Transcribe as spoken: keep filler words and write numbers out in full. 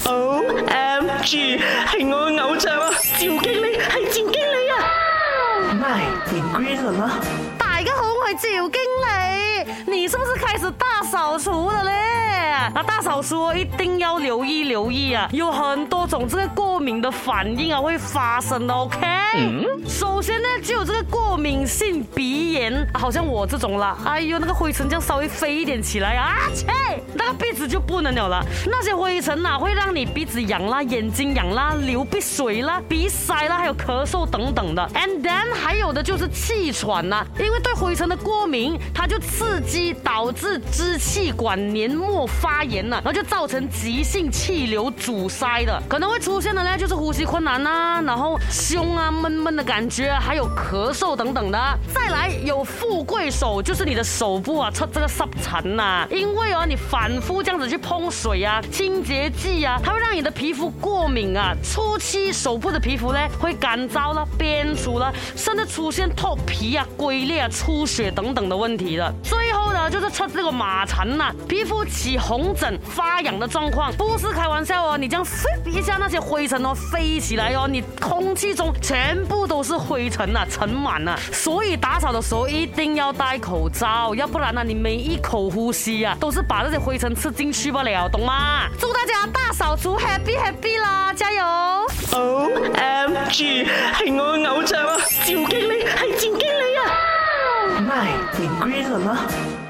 O M G， 係我嘅偶像啊！趙經理係趙經理啊！咪你 green 了嗎？ 大家好，我係趙經理，你是不是開始大掃除了咧？那大掃除一定要留意留意啊，有很多種這個過敏的反應啊會發生的 ，OK？嗯，首先呢就有這個過敏性鼻炎，好像我這種啦，哎呦那個灰塵這樣稍微飛一點起來啊，切，那個鼻子就不能了了。那些灰塵啊會讓你鼻子癢啦、眼睛癢啦、流鼻水啦、鼻塞啦，還有咳嗽等等的。And then 還有的就是氣喘啦，因為對灰塵的過敏，它就刺激導致支氣管黏膜發炎了，然後就造成急性氣流阻塞的，可能會出現的呢就是呼吸困難啊，然後胸啊悶悶的感覺，還有咳嗽等等的。再來有富貴手，就是你的手部啊出這個濕疹啊，因為哦你反覆這樣子去碰水啊、清潔劑啊，它會讓你的皮膚過敏啊，初期手部的皮膚呢會乾燥啦、變粗啦，甚至出現脫皮啊、龜裂啊、出血等等的問題的。最後呢就是出這個麻疹啊，皮膚起紅疹、發癢的狀況，不是開玩笑哦，你這樣飛一下那些灰塵哦飛起來哦，你空氣中全部都是灰塵啊，塵蟎啊，所以打掃的時候一定要戴口罩，要不然呢你每一口呼吸啊都是把這些灰塵吃進去不了，懂嗎？祝大家大掃除 happy happy 啦，加油 ！O M G， 係我嘅偶像啊！趙經理係趙經理啊！咪你 green 了嗎？